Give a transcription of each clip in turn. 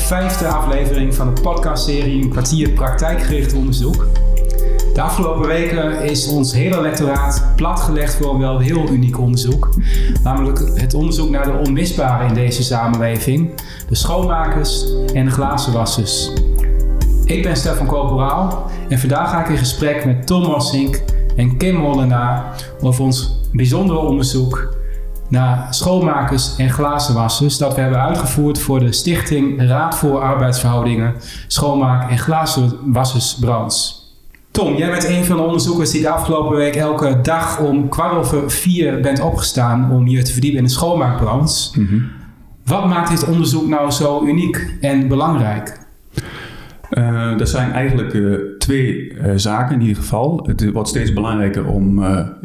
5e aflevering van de podcastserie Een kwartier praktijkgericht onderzoek. De afgelopen weken is ons hele lectoraat platgelegd voor een wel heel uniek onderzoek. Namelijk het onderzoek naar de onmisbaren in deze samenleving. De schoonmakers en de glazenwassers. Ik ben Stefan Corporaal en vandaag ga ik in gesprek met Tom Mossink en Kim Molenaar over ons bijzondere onderzoek naar schoonmakers en glazenwassers dat we hebben uitgevoerd voor de Stichting Raad voor Arbeidsverhoudingen, Schoonmaak- en Glazenwassersbranche. Tom, jij bent een van de onderzoekers die de afgelopen week elke dag om 3:15 bent opgestaan om je te verdiepen in de schoonmaakbranche. Mm-hmm. Wat maakt dit onderzoek nou zo uniek en belangrijk? Er zijn eigenlijk twee zaken in ieder geval. Het wordt steeds belangrijker om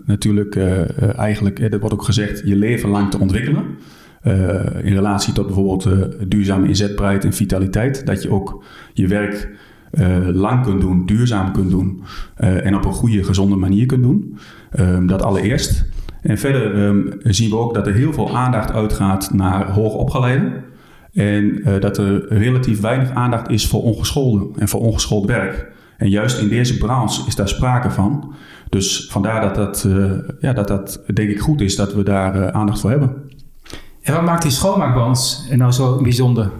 er wordt ook gezegd, je leven lang te ontwikkelen. In relatie tot bijvoorbeeld duurzame inzetbaarheid en vitaliteit. Dat je ook je werk lang kunt doen, duurzaam kunt doen en op een goede, gezonde manier kunt doen. Dat allereerst. En verder zien we ook dat er heel veel aandacht uitgaat naar hoogopgeleiden. En dat er relatief weinig aandacht is voor ongescholden en voor ongeschoold werk. En juist in deze branche is daar sprake van. Dus vandaar dat denk ik goed is dat we daar aandacht voor hebben. En wat maakt die schoonmaakbranche nou zo bijzonder?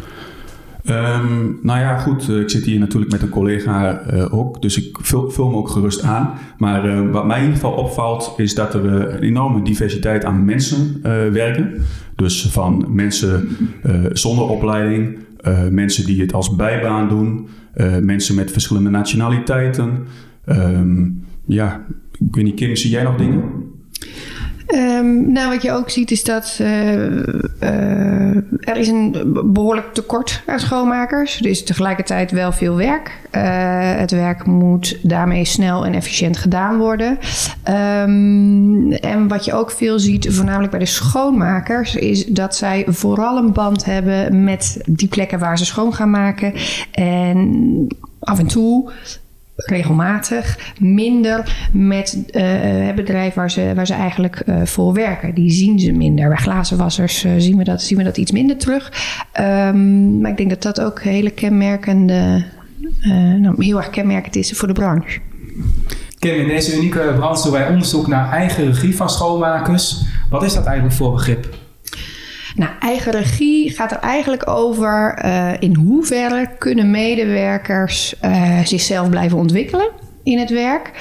Ik zit hier natuurlijk met een collega ook, dus ik vul me ook gerust aan. Maar wat mij in ieder geval opvalt is dat er een enorme diversiteit aan mensen werken. Dus van mensen zonder opleiding, mensen die het als bijbaan doen, mensen met verschillende nationaliteiten. Ik weet niet, Kim, zie jij nog dingen? Wat je ook ziet is dat er is een behoorlijk tekort aan schoonmakers. Er is tegelijkertijd wel veel werk. Het werk moet daarmee snel en efficiënt gedaan worden. En wat je ook veel ziet, voornamelijk bij de schoonmakers, is dat zij vooral een band hebben met die plekken waar ze schoon gaan maken. En af en toe, regelmatig, minder met bedrijf waar ze eigenlijk voor werken. Die zien ze minder. Bij glazenwassers zien we dat iets minder terug. Maar ik denk dat dat ook heel erg kenmerkend is voor de branche. Kim, in deze unieke branche doen wij onderzoek naar eigen regie van schoonmakers. Wat is dat eigenlijk voor begrip? Nou, eigen regie gaat er eigenlijk over in hoeverre kunnen medewerkers zichzelf blijven ontwikkelen in het werk.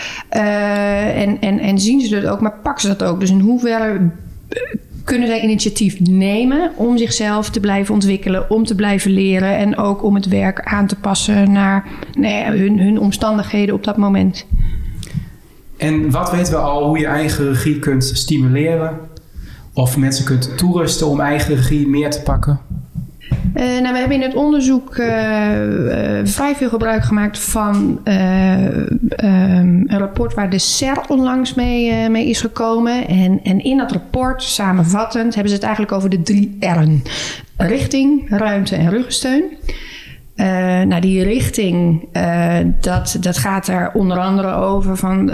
En zien ze dat ook, maar pakken ze dat ook. Dus in hoeverre kunnen zij initiatief nemen om zichzelf te blijven ontwikkelen, om te blijven leren en ook om het werk aan te passen naar hun omstandigheden op dat moment. En wat weten we al hoe je eigen regie kunt stimuleren? Of mensen kunt toerusten om eigen regie meer te pakken? We hebben in het onderzoek vrij veel gebruik gemaakt van een rapport waar de SER onlangs mee is gekomen. En in dat rapport, samenvattend, hebben ze het eigenlijk over de 3 R'en. Richting, ruimte en ruggensteun. Die richting, dat gaat er onder andere over van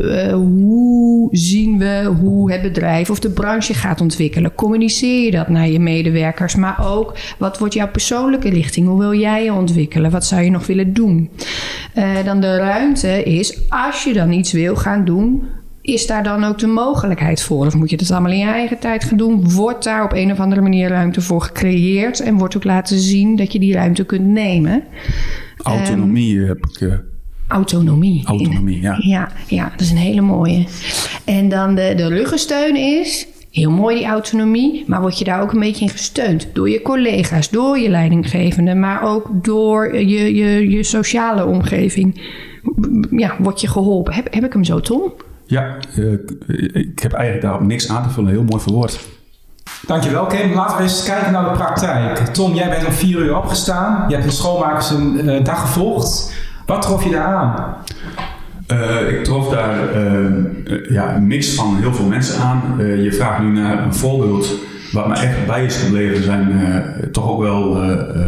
hoe zien we hoe het bedrijf of de branche gaat ontwikkelen. Communiceer je dat naar je medewerkers, maar ook wat wordt jouw persoonlijke richting? Hoe wil jij je ontwikkelen? Wat zou je nog willen doen? Dan de ruimte is, als je dan iets wil gaan doen, is daar dan ook de mogelijkheid voor? Of moet je dat allemaal in je eigen tijd gaan doen? Wordt daar op een of andere manier ruimte voor gecreëerd? En wordt ook laten zien dat je die ruimte kunt nemen? Autonomie heb ik. Autonomie, ja. Ja, dat is een hele mooie. En dan de ruggensteun is, heel mooi die autonomie, maar word je daar ook een beetje in gesteund? Door je collega's, door je leidinggevende, maar ook door je sociale omgeving. Ja, word je geholpen? Heb ik hem zo, Tom? Ja, ik heb eigenlijk daarop niks aan te vullen. Heel mooi verwoord. Dankjewel, Kim. Laten we eens kijken naar de praktijk. Tom, jij bent om 4:00 opgestaan. Je hebt de schoonmakers een dag gevolgd. Wat trof je daar aan? Ik trof daar een mix van heel veel mensen aan. Je vraagt nu naar een voorbeeld. Wat me echt bij is gebleven zijn toch ook wel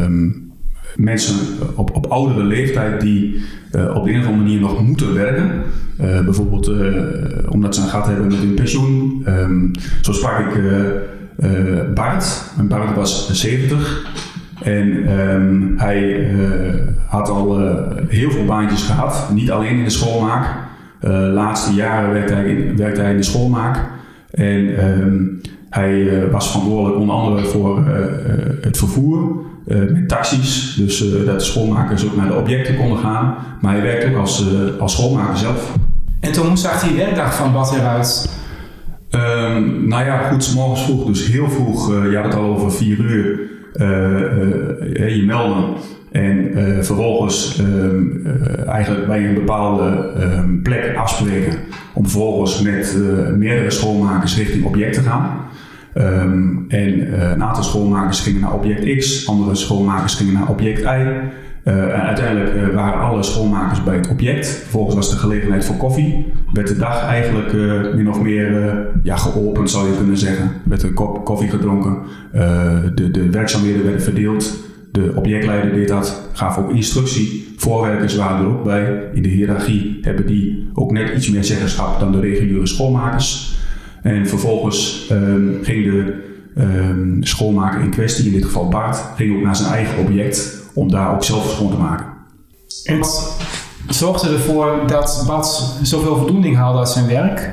mensen op oudere leeftijd die op de een of andere manier nog moeten werken. Bijvoorbeeld omdat ze een gat hebben met hun pensioen. Zo sprak ik Bart. En Bart was 70. En hij had al heel veel baantjes gehad. Niet alleen in de schoonmaak. De laatste jaren werkte hij in de schoonmaak. En hij was verantwoordelijk onder andere voor het vervoer met taxis. Dus dat de schoonmakers ook naar de objecten konden gaan. Maar hij werkte ook als schoonmaker zelf. En toen, hoe zag die werkdag van Bart eruit? Nou ja, goed, 's morgens vroeg, dus heel vroeg. Je had het al over 4 uur. Je melden. En vervolgens eigenlijk bij een bepaalde plek afspreken. Om vervolgens met meerdere schoonmakers richting object te gaan. Een aantal schoonmakers gingen naar object X. Andere schoonmakers gingen naar object Y. En uiteindelijk waren alle schoonmakers bij het object. Vervolgens was de gelegenheid voor koffie. Werd de dag eigenlijk min of meer geopend, zou je kunnen zeggen. Er werd een kop koffie gedronken. De werkzaamheden werden verdeeld. De objectleider deed dat, gaf ook instructie. Voorwerkers waren er ook bij. In de hiërarchie hebben die ook net iets meer zeggenschap dan de reguliere schoonmakers. En vervolgens ging de schoonmaker in kwestie, in dit geval Bart, ging ook naar zijn eigen object om daar ook zelf schoon te maken. En wat zorgde ervoor dat Bart zoveel voldoening haalde uit zijn werk?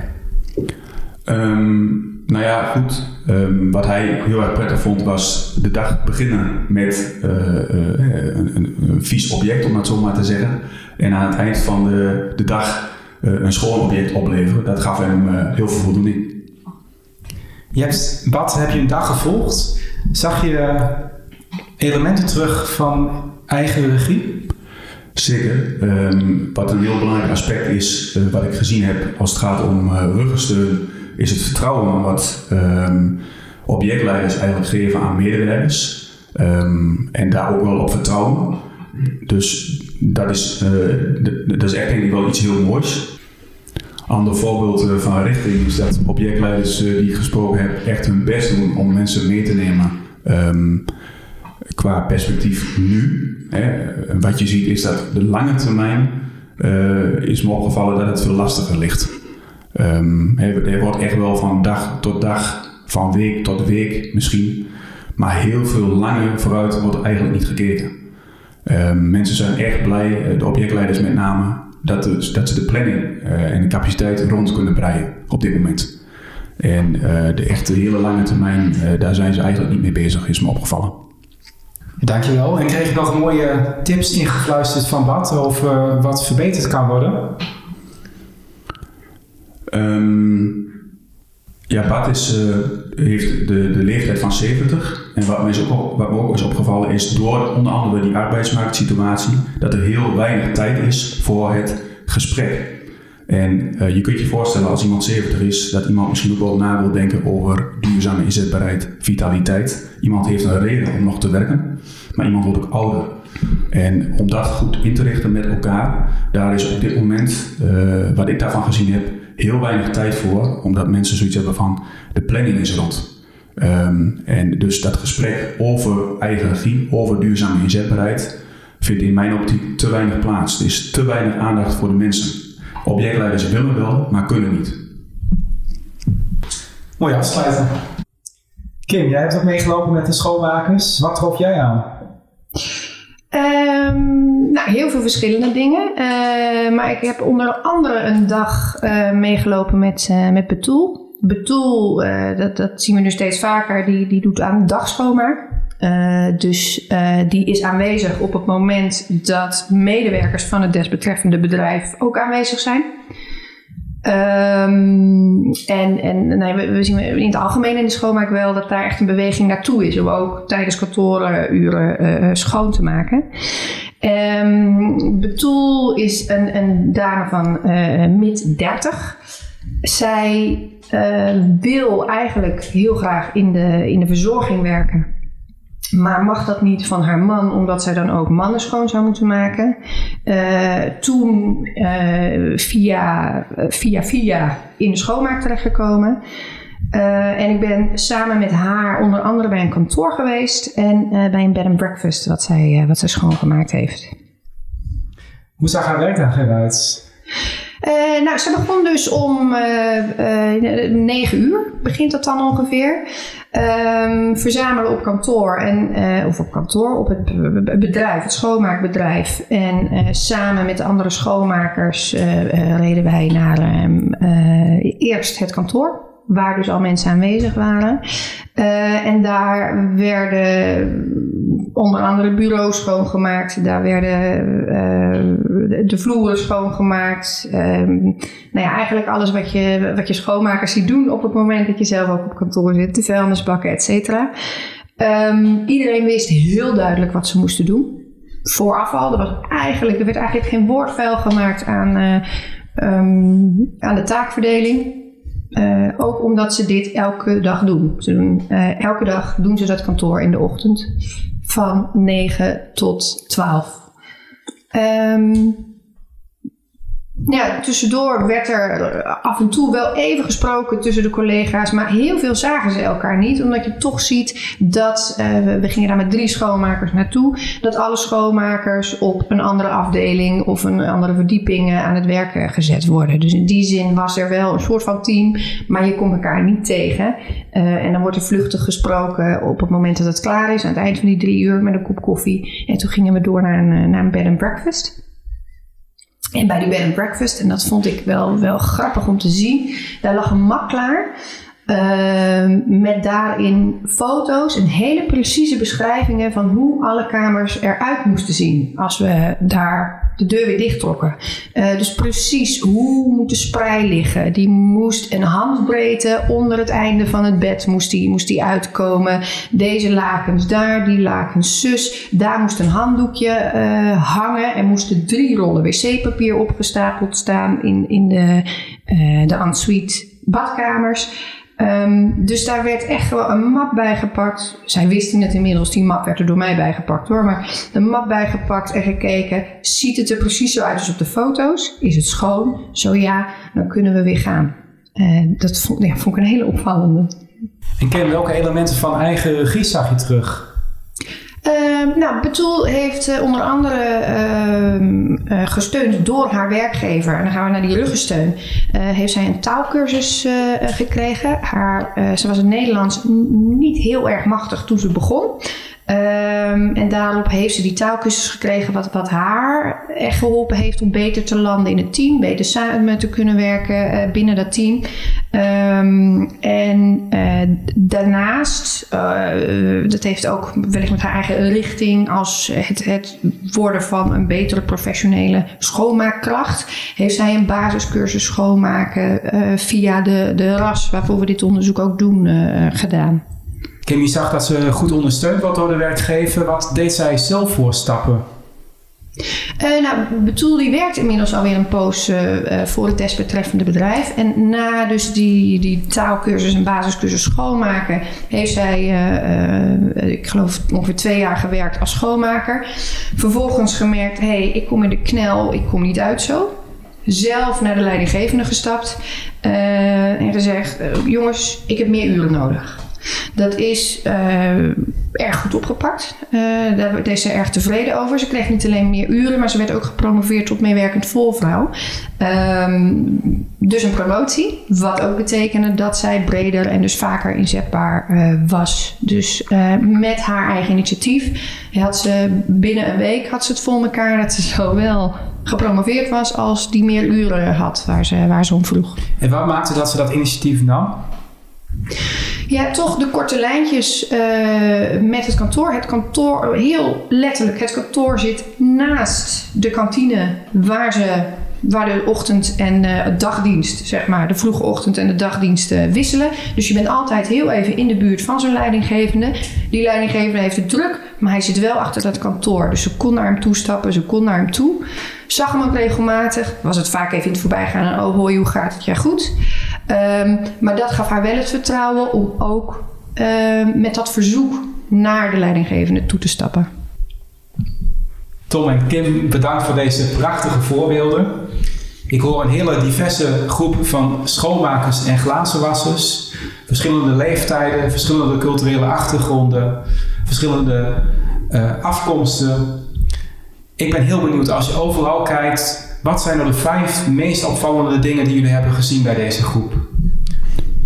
Nou ja, goed. Wat hij heel erg prettig vond was de dag beginnen met een vies object, om het zo maar te zeggen. En aan het eind van de dag een schoon object opleveren. Dat gaf hem heel veel voldoening. Bart, heb je een dag gevolgd? Zag je elementen terug van eigen regie? Zeker. Wat een heel belangrijk aspect is, wat ik gezien heb als het gaat om ruggensteun, is het vertrouwen wat objectleiders eigenlijk geven aan medewerkers. En daar ook wel op vertrouwen. Dus dat is echt denk ik wel iets heel moois. Ander voorbeeld van richting is dat objectleiders die ik gesproken heb echt hun best doen om mensen mee te nemen qua perspectief nu. Wat je ziet is dat de lange termijn is me opgevallen dat het veel lastiger ligt. Er wordt echt wel van dag tot dag, van week tot week misschien, maar heel veel langer vooruit wordt er eigenlijk niet gekeken. Mensen zijn echt blij, de objectleiders met name, dat ze de planning en de capaciteit rond kunnen breien op dit moment. En de echte hele lange termijn, daar zijn ze eigenlijk niet mee bezig, is me opgevallen. Dankjewel. En kreeg je nog mooie tips ingefluisterd van Bart over wat verbeterd kan worden? Bart heeft de leeftijd van 70. En wat me ook is opgevallen is door onder andere die arbeidsmarktsituatie dat er heel weinig tijd is voor het gesprek. En je kunt je voorstellen als iemand 70 is dat iemand misschien ook wel na wil denken over duurzame inzetbaarheid, vitaliteit. Iemand heeft een reden om nog te werken, maar iemand wordt ook ouder. En om dat goed in te richten met elkaar, daar is op dit moment, wat ik daarvan gezien heb, heel weinig tijd voor, omdat mensen zoiets hebben van de planning is rond. En dus dat gesprek over eigen regie, over duurzame inzetbaarheid, vindt in mijn optiek te weinig plaats. Er is te weinig aandacht voor de mensen. Objectleiders willen wel, maar kunnen niet. Mooi afsluiten. Kim, jij hebt ook meegelopen met de schoonmakers. Wat trof jij aan? Heel veel verschillende dingen. Maar ik heb onder andere een dag meegelopen met Betul. Betul, dat zien we nu steeds vaker, die doet aan dagschoonmaak. Dus die is aanwezig op het moment dat medewerkers van het desbetreffende bedrijf ook aanwezig zijn. We zien in het algemeen in de schoonmaak wel dat daar echt een beweging naartoe is om ook tijdens kantooruren schoon te maken. Betul is een dame van mid 30. Zij wil eigenlijk heel graag in de verzorging werken. Maar mag dat niet van haar man, omdat zij dan ook mannen schoon zou moeten maken. Toen via in de schoonmaak terechtgekomen. En ik ben samen met haar onder andere bij een kantoor geweest. En bij een bed and breakfast wat zij schoongemaakt heeft. Hoe zag haar werkdag eruit? Ze begon dus om 9 uur, begint dat dan ongeveer. Verzamelen op kantoor op het bedrijf, het schoonmaakbedrijf. En samen met de andere schoonmakers reden wij naar eerst het kantoor, waar dus al mensen aanwezig waren. En daar werden onder andere bureaus schoongemaakt. Daar werden de vloeren schoongemaakt. Eigenlijk alles wat je schoonmakers ziet doen op het moment dat je zelf ook op kantoor zit. De vuilnisbakken, et cetera. Iedereen wist heel duidelijk wat ze moesten doen. Vooraf al. Er werd eigenlijk geen woord vuil gemaakt aan de taakverdeling. Ook omdat ze dit elke dag doen. Elke dag doen ze dat kantoor in de ochtend. Van 9 tot 12. Tussendoor werd er af en toe wel even gesproken tussen de collega's. Maar heel veel zagen ze elkaar niet. Omdat je toch ziet dat, we gingen daar met 3 schoonmakers naartoe. Dat alle schoonmakers op een andere afdeling of een andere verdieping aan het werk gezet worden. Dus in die zin was er wel een soort van team. Maar je komt elkaar niet tegen. En dan wordt er vluchtig gesproken op het moment dat het klaar is. Aan het eind van die 3 uur met een kop koffie. En toen gingen we door naar een bed and breakfast. En bij die bed and breakfast, en dat vond ik wel grappig om te zien, daar lag een map klaar met daarin foto's en hele precieze beschrijvingen van hoe alle kamers eruit moesten zien als we daar de deur weer dicht trokken. Dus precies hoe moet de sprei liggen. Die moest een handbreedte onder het einde van het bed moest die uitkomen. Deze lakens daar, die lakens zus. Daar moest een handdoekje hangen. Er moesten 3 rollen wc-papier opgestapeld staan in de ensuite badkamers. Dus daar werd echt wel een map bijgepakt. Zij wisten het inmiddels, die map werd er door mij bijgepakt hoor. Maar de map bijgepakt en gekeken. Ziet het er precies zo uit als op de foto's? Is het schoon? Zo ja, dan kunnen we weer gaan. Dat vond ik een hele opvallende. En Kim, welke elementen van eigen regie zag je terug? Betul heeft onder andere gesteund door haar werkgever. En dan gaan we naar die ruggensteun. Heeft zij een taalkursus gekregen. Ze was in het Nederlands niet heel erg machtig toen ze begon. En daarop heeft ze die taalkursus gekregen wat haar echt geholpen heeft om beter te landen in het team. Beter samen te kunnen werken binnen dat team. Daarnaast, dat heeft ook wellicht met haar eigen richting als het worden van een betere professionele schoonmaakkracht. Heeft zij een basiscursus schoonmaken via de RAS, waarvoor we dit onderzoek ook doen, gedaan. Kim, je zag dat ze goed ondersteund wordt door de werkgever. Wat deed zij zelf voor stappen? Betul die werkt inmiddels alweer een poos voor het desbetreffende bedrijf. En na dus die taalkursus en basiscursus schoonmaken heeft zij, ik geloof ongeveer 2 jaar gewerkt als schoonmaker. Vervolgens gemerkt, ik kom in de knel, ik kom niet uit zo. Zelf naar de leidinggevende gestapt en gezegd, jongens, ik heb meer uren nodig. Dat is erg goed opgepakt. Daar is ze erg tevreden over. Ze kreeg niet alleen meer uren, maar ze werd ook gepromoveerd tot meewerkend volvrouw. Dus een promotie. Wat ook betekende dat zij breder en dus vaker inzetbaar was. Dus met haar eigen initiatief had ze binnen een week het voor elkaar dat ze zowel gepromoveerd was als die meer uren had waar ze om vroeg. En wat maakte dat ze dat initiatief nam? Ja, toch de korte lijntjes met het kantoor. Het kantoor, heel letterlijk, het kantoor zit naast de kantine waar de ochtend- en dagdienst, zeg maar, de vroege ochtend en de dagdienst wisselen. Dus je bent altijd heel even in de buurt van zo'n leidinggevende. Die leidinggevende heeft het druk, maar hij zit wel achter dat kantoor. Dus ze kon naar hem toe stappen, ze kon naar hem toe. Zag hem ook regelmatig. Was het vaak even in het voorbijgaan en hoi, hoe gaat het? Ja, goed. Maar dat gaf haar wel het vertrouwen om ook met dat verzoek naar de leidinggevende toe te stappen. Tom en Kim, bedankt voor deze prachtige voorbeelden. Ik hoor een hele diverse groep van schoonmakers en glazenwassers. Verschillende leeftijden, verschillende culturele achtergronden, verschillende afkomsten. Ik ben heel benieuwd, als je overal kijkt, wat zijn nou de 5 meest opvallende dingen die jullie hebben gezien bij deze groep?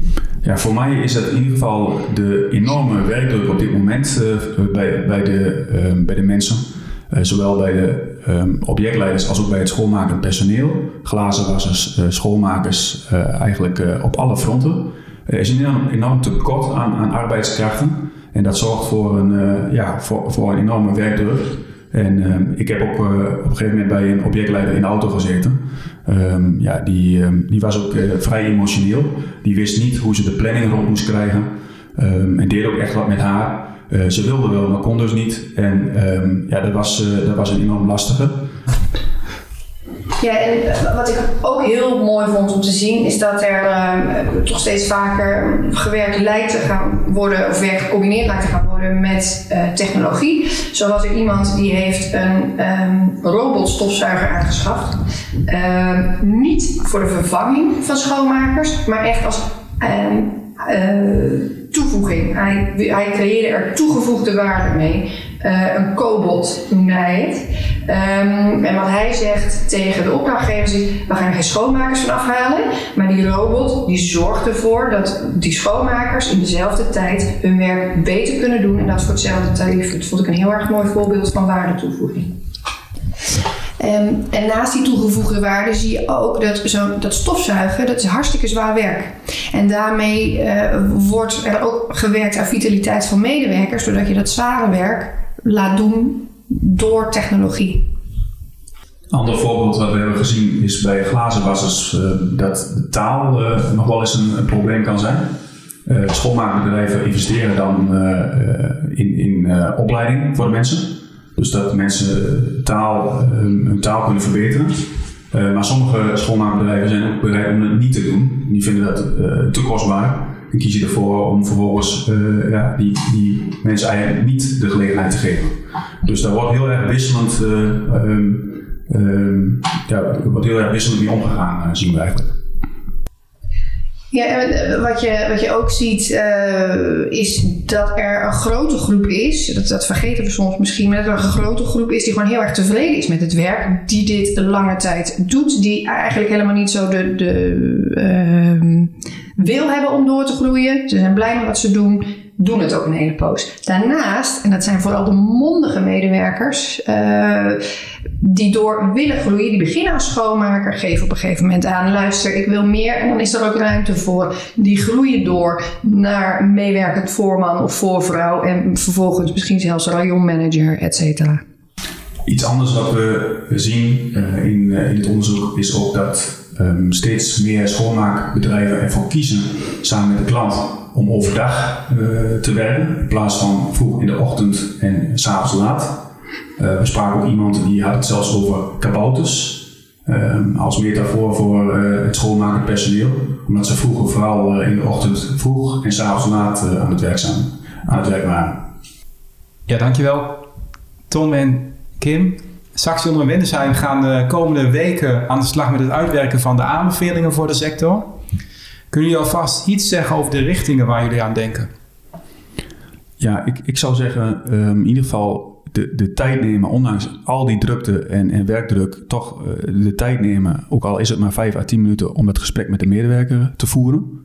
Ja, voor mij is dat in ieder geval de enorme werkdruk op dit moment bij de mensen. Zowel bij de objectleiders als ook bij het schoonmakend personeel. Glazenwassers, schoonmakers, eigenlijk op alle fronten. Er is een enorm tekort aan arbeidskrachten. En dat zorgt voor een enorme werkdruk. En ik heb ook op een gegeven moment bij een objectleider in de auto gezeten. Die was ook vrij emotioneel. Die wist niet hoe ze de planning rond moest krijgen. En deed ook echt wat met haar. Ze wilde wel, maar kon dus niet. En dat was een enorm lastige. Ja, en wat ik ook heel mooi vond om te zien is dat er toch steeds vaker gewerkt lijkt te gaan worden, of werk gecombineerd lijkt te gaan worden met technologie. Zo was er iemand die heeft een robotstofzuiger aangeschaft. Niet voor de vervanging van schoonmakers, maar echt als toevoeging. Hij creëerde er toegevoegde waarde mee. Een cobot noemde hij het. En wat hij zegt tegen de opdrachtgevers is: we gaan er geen schoonmakers van afhalen, maar die robot die zorgt ervoor dat die schoonmakers in dezelfde tijd hun werk beter kunnen doen en dat voor hetzelfde tarief. Dat vond ik een heel erg mooi voorbeeld van waardetoevoeging. En naast die toegevoegde waarde zie je ook dat stofzuigen, dat is hartstikke zwaar werk. En daarmee wordt er ook gewerkt aan vitaliteit van medewerkers, doordat je dat zware werk laat doen door technologie. Een ander voorbeeld wat we hebben gezien is bij glazenwassers dat de taal nog wel eens een probleem kan zijn. Schoonmaakbedrijven investeren dan in opleiding voor de mensen. Dus dat mensen hun taal kunnen verbeteren. Maar sommige schoonmaakbedrijven zijn ook bereid om het niet te doen. Die vinden dat te kostbaar. En kiezen ervoor om vervolgens die mensen eigenlijk niet de gelegenheid te geven. Dus daar wordt heel erg wisselend, mee omgegaan, zien we eigenlijk. Ja, wat je ook ziet is dat er een grote groep is, dat vergeten we soms misschien, maar dat er een grote groep is die gewoon heel erg tevreden is met het werk, die dit een lange tijd doet, die eigenlijk helemaal niet zo de wil hebben om door te groeien. Ze zijn blij met wat ze doen het ook een hele poos. Daarnaast, en dat zijn vooral de mondige medewerkers, die door willen groeien, die beginnen als schoonmaker, geven op een gegeven moment aan, luister, ik wil meer, en dan is er ook ruimte voor. Die groeien door naar meewerkend voorman of voorvrouw en vervolgens misschien zelfs rayonmanager, et cetera. Iets anders wat we zien in het onderzoek is ook dat steeds meer schoonmaakbedrijven ervoor kiezen samen met de klant om overdag te werken in plaats van vroeg in de ochtend en 's avonds laat. We spraken ook iemand die had het zelfs over kabouters als metafoor voor het schoonmakend personeel, omdat ze vroeger vooral in de ochtend vroeg en 's avonds laat aan het werk waren. Ja, dankjewel Tom en Kim. Saxion en Windesheim gaan de komende weken aan de slag met het uitwerken van de aanbevelingen voor de sector. Kunnen jullie alvast iets zeggen over de richtingen waar jullie aan denken? Ja, ik zou zeggen in ieder geval de tijd nemen, ondanks al die drukte en werkdruk, toch de tijd nemen, ook al is het maar 5 à 10 minuten, om dat gesprek met de medewerker te voeren.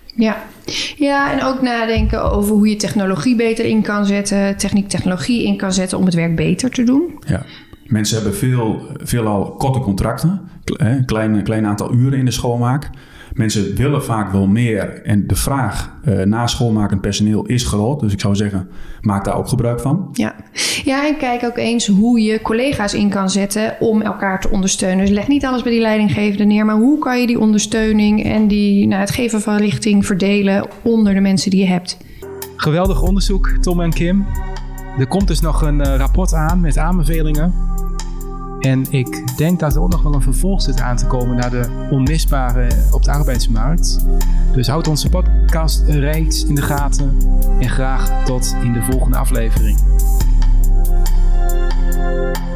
Ja, en ook nadenken over hoe je technologie beter in kan zetten, technologie in kan zetten om het werk beter te doen. Ja. Mensen hebben veelal korte contracten, een klein aantal uren in de schoonmaak. Mensen willen vaak wel meer en de vraag naar schoonmakend personeel is groot. Dus ik zou zeggen, maak daar ook gebruik van. Ja, en kijk ook eens hoe je collega's in kan zetten om elkaar te ondersteunen. Dus leg niet alles bij die leidinggevende neer, maar hoe kan je die ondersteuning en het geven van richting verdelen onder de mensen die je hebt. Geweldig onderzoek, Tom en Kim. Er komt dus nog een rapport aan met aanbevelingen. En ik denk dat er ook nog wel een vervolg zit aan te komen naar de onmisbare op de arbeidsmarkt. Dus houd onze podcastreeks in de gaten en graag tot in de volgende aflevering.